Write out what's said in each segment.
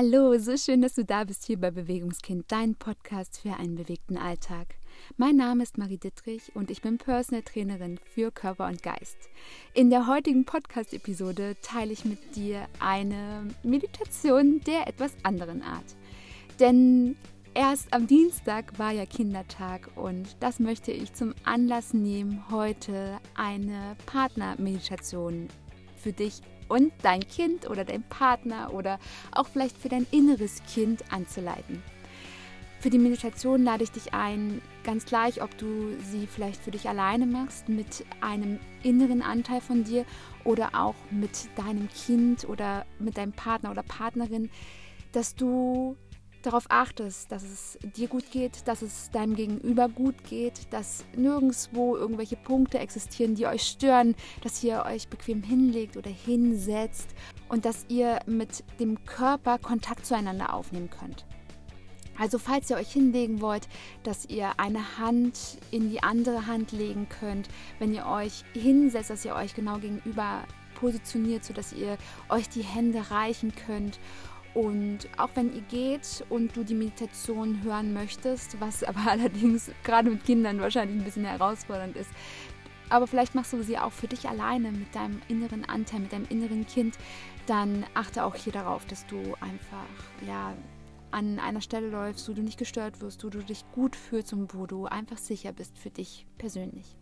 Hallo, so schön, dass du da bist hier bei Bewegungskind, dein Podcast für einen bewegten Alltag. Mein Name ist Marie Dittrich und ich bin Personal Trainerin für Körper und Geist. In der heutigen Podcast-Episode teile ich mit dir eine Meditation der etwas anderen Art. Denn erst am Dienstag war ja Kindertag und das möchte ich zum Anlass nehmen, heute eine Partnermeditation für dich und dein Kind oder dein Partner oder auch vielleicht für dein inneres Kind anzuleiten. Für die Meditation lade ich dich ein, ganz gleich, ob du sie vielleicht für dich alleine machst, mit einem inneren Anteil von dir oder auch mit deinem Kind oder mit deinem Partner oder Partnerin, dass du darauf achtest, dass es dir gut geht, dass es deinem Gegenüber gut geht, dass nirgendwo irgendwelche Punkte existieren, die euch stören, dass ihr euch bequem hinlegt oder hinsetzt und dass ihr mit dem Körper Kontakt zueinander aufnehmen könnt. Also falls ihr euch hinlegen wollt, dass ihr eine Hand in die andere Hand legen könnt, wenn ihr euch hinsetzt, dass ihr euch genau gegenüber positioniert, sodass ihr euch die Hände reichen könnt. Und auch wenn ihr geht und du die Meditation hören möchtest, was aber allerdings gerade mit Kindern wahrscheinlich ein bisschen herausfordernd ist, aber vielleicht machst du sie auch für dich alleine mit deinem inneren Anteil, mit deinem inneren Kind, dann achte auch hier darauf, dass du einfach an einer Stelle läufst, wo du nicht gestört wirst, wo du dich gut fühlst und wo du einfach sicher bist für dich persönlich.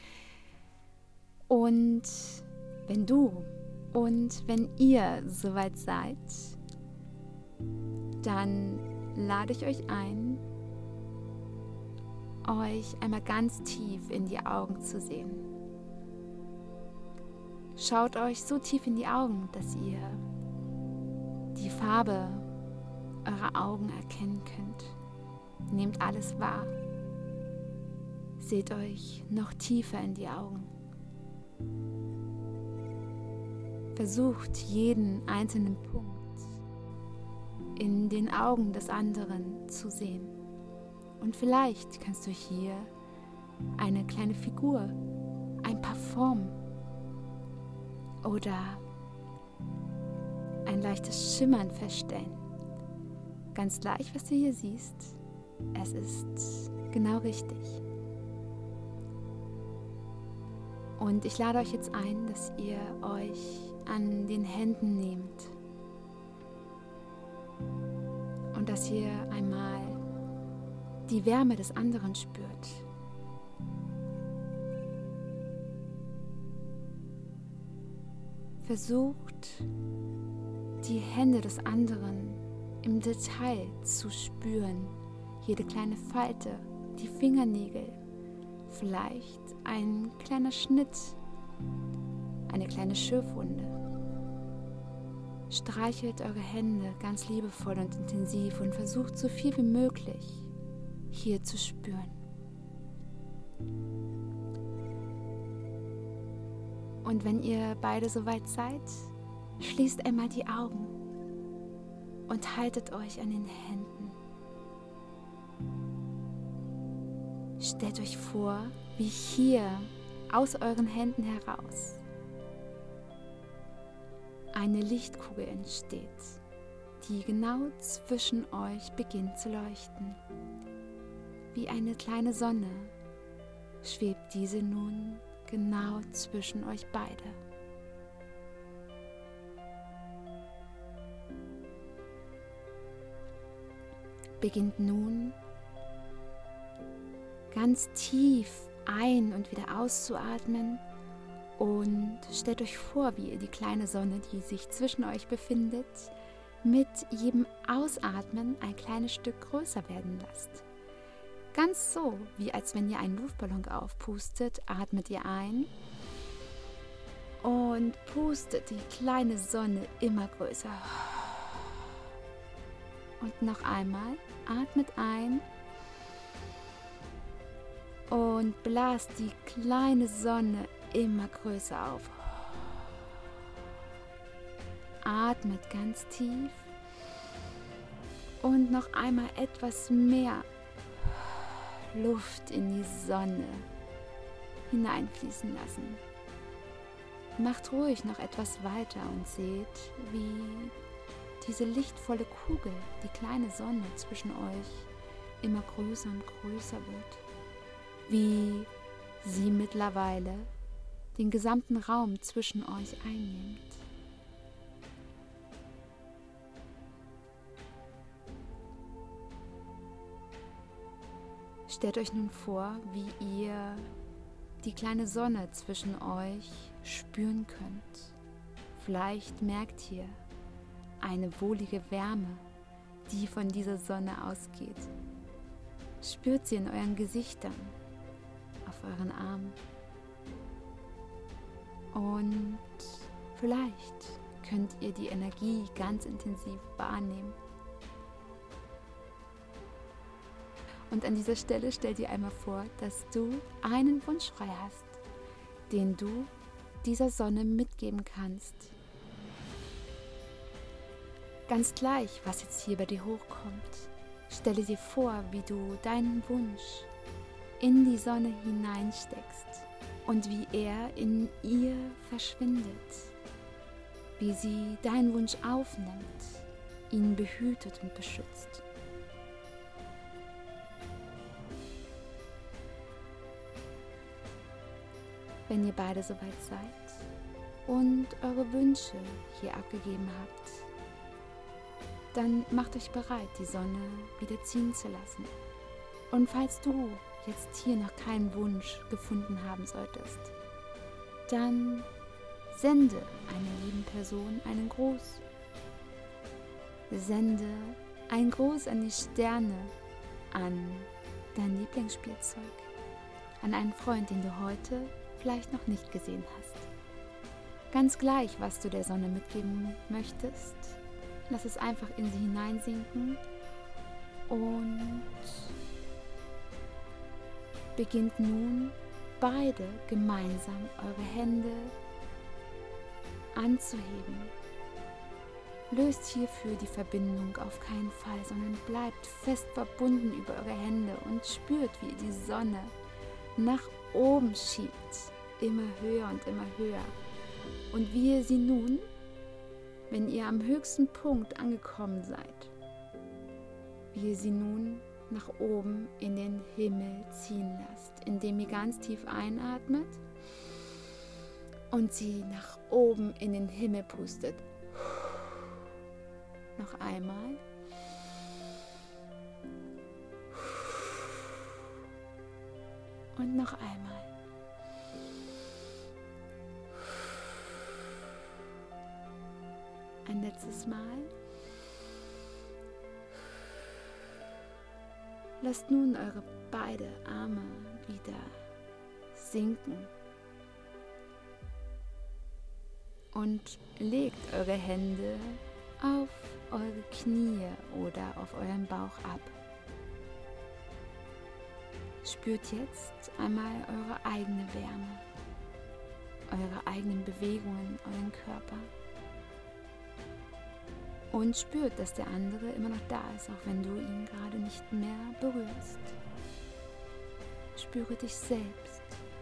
Und wenn du und wenn ihr soweit seid, dann lade ich euch ein, euch einmal ganz tief in die Augen zu sehen. Schaut euch so tief in die Augen, dass ihr die Farbe eurer Augen erkennen könnt. Nehmt alles wahr. Seht euch noch tiefer in die Augen. Versucht jeden einzelnen Punkt in den Augen des anderen zu sehen. Und vielleicht kannst du hier eine kleine Figur, ein paar Formen oder ein leichtes Schimmern feststellen. Ganz gleich, was du hier siehst, es ist genau richtig. Und ich lade euch jetzt ein, dass ihr euch an den Händen nehmt und dass ihr einmal die Wärme des anderen spürt. Versucht, die Hände des anderen im Detail zu spüren. Jede kleine Falte, die Fingernägel, vielleicht ein kleiner Schnitt, eine kleine Schürfwunde. Streichelt eure Hände ganz liebevoll und intensiv und versucht so viel wie möglich hier zu spüren. Und wenn ihr beide soweit seid, schließt einmal die Augen und haltet euch an den Händen. Stellt euch vor, wie hier aus euren Händen heraus eine Lichtkugel entsteht, die genau zwischen euch beginnt zu leuchten. Wie eine kleine Sonne schwebt diese nun genau zwischen euch beide. Beginnt nun ganz tief ein- und wieder auszuatmen und stellt euch vor, wie ihr die kleine Sonne, die sich zwischen euch befindet, mit jedem Ausatmen ein kleines Stück größer werden lasst. Ganz so, wie als wenn ihr einen Luftballon aufpustet, atmet ihr ein und pustet die kleine Sonne immer größer. Und noch einmal, atmet ein und blast die kleine Sonne immer größer auf. Atmet ganz tief und noch einmal etwas mehr Luft in die Sonne hineinfließen lassen. Macht ruhig noch etwas weiter und seht, wie diese lichtvolle Kugel, die kleine Sonne zwischen euch, immer größer und größer wird. Wie sie mittlerweile den gesamten Raum zwischen euch einnimmt. Stellt euch nun vor, wie ihr die kleine Sonne zwischen euch spüren könnt. Vielleicht merkt ihr eine wohlige Wärme, die von dieser Sonne ausgeht. Spürt sie in euren Gesichtern, auf euren Armen. Und vielleicht könnt ihr die Energie ganz intensiv wahrnehmen. Und an dieser Stelle stell dir einmal vor, dass du einen Wunsch frei hast, den du dieser Sonne mitgeben kannst. Ganz gleich, was jetzt hier bei dir hochkommt, stelle dir vor, wie du deinen Wunsch in die Sonne hineinsteckst und wie er in ihr verschwindet, wie sie deinen Wunsch aufnimmt, ihn behütet und beschützt. Wenn ihr beide soweit seid und eure Wünsche hier abgegeben habt, dann macht euch bereit, die Sonne wieder ziehen zu lassen. Und falls du jetzt hier noch keinen Wunsch gefunden haben solltest, dann sende einer lieben Person einen Gruß. Sende einen Gruß an die Sterne, an dein Lieblingsspielzeug, an einen Freund, den du heute vielleicht noch nicht gesehen hast. Ganz gleich, was du der Sonne mitgeben möchtest, lass es einfach in sie hineinsinken und beginnt nun beide gemeinsam eure Hände anzuheben. Löst hierfür die Verbindung auf keinen Fall, sondern bleibt fest verbunden über eure Hände und spürt, wie ihr die Sonne nach oben schiebt, immer höher und immer höher. Und wie ihr sie nun, wenn ihr am höchsten Punkt angekommen seid, wie ihr sie nun nach oben in den Himmel ziehen lasst, indem ihr ganz tief einatmet und sie nach oben in den Himmel pustet. Noch einmal. Und noch einmal. Ein letztes Mal. Lasst nun eure beide Arme wieder sinken und legt eure Hände auf eure Knie oder auf euren Bauch ab. Spürt jetzt einmal eure eigene Wärme, eure eigenen Bewegungen, euren Körper. Und spürt, dass der andere immer noch da ist, auch wenn du ihn gerade nicht mehr berührst. Spüre dich selbst.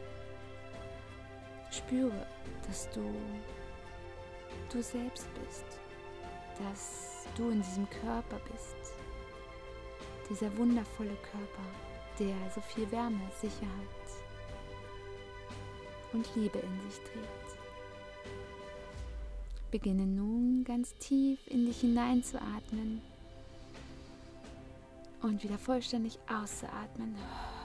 Spüre, dass du selbst bist, dass du in diesem Körper bist, dieser wundervolle Körper, der so viel Wärme, Sicherheit und Liebe in sich trägt. Beginne nun ganz tief in dich hineinzuatmen und wieder vollständig auszuatmen.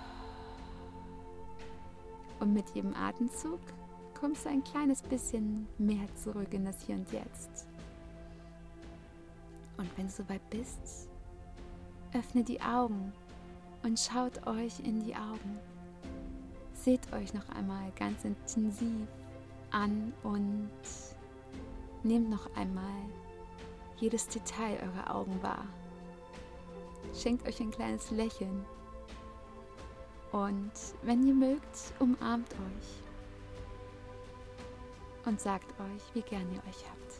Und mit jedem Atemzug kommst du ein kleines bisschen mehr zurück in das Hier und Jetzt. Und wenn du soweit bist, öffne die Augen und schaut euch in die Augen. Seht euch noch einmal ganz intensiv an und nehmt noch einmal jedes Detail eurer Augen wahr. Schenkt euch ein kleines Lächeln. Und wenn ihr mögt, umarmt euch. Und sagt euch, wie gern ihr euch habt.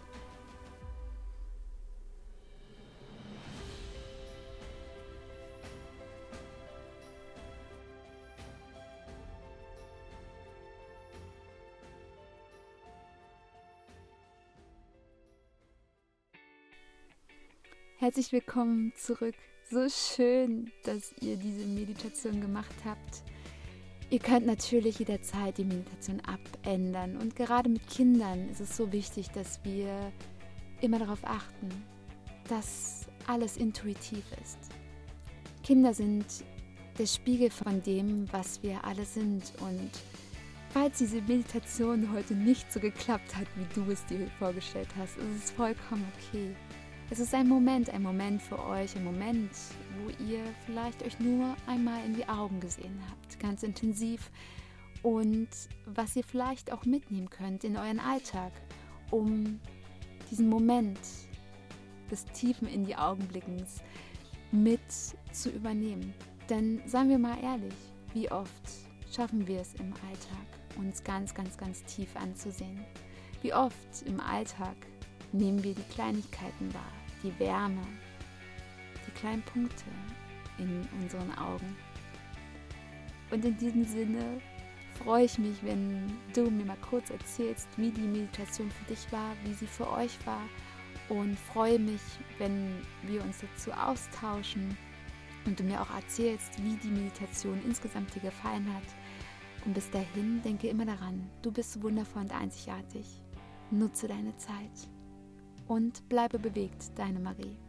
Herzlich willkommen zurück. So schön, dass ihr diese Meditation gemacht habt. Ihr könnt natürlich jederzeit die Meditation abändern. Und gerade mit Kindern ist es so wichtig, dass wir immer darauf achten, dass alles intuitiv ist. Kinder sind der Spiegel von dem, was wir alle sind. Und falls diese Meditation heute nicht so geklappt hat, wie du es dir vorgestellt hast, ist es vollkommen okay. Es ist ein Moment für euch, ein Moment, wo ihr vielleicht euch nur einmal in die Augen gesehen habt, ganz intensiv, und was ihr vielleicht auch mitnehmen könnt in euren Alltag, um diesen Moment des tiefen in die Augenblickens mit zu übernehmen. Denn seien wir mal ehrlich, wie oft schaffen wir es im Alltag, uns ganz, ganz, ganz tief anzusehen? Wie oft im Alltag nehmen wir die Kleinigkeiten wahr, die Wärme, die kleinen Punkte in unseren Augen. Und in diesem Sinne freue ich mich, wenn du mir mal kurz erzählst, wie die Meditation für dich war, wie sie für euch war, und freue mich, wenn wir uns dazu austauschen und du mir auch erzählst, wie die Meditation insgesamt dir gefallen hat. Und bis dahin, denke immer daran, du bist wundervoll und einzigartig. Nutze deine Zeit und bleibe bewegt, deine Marie.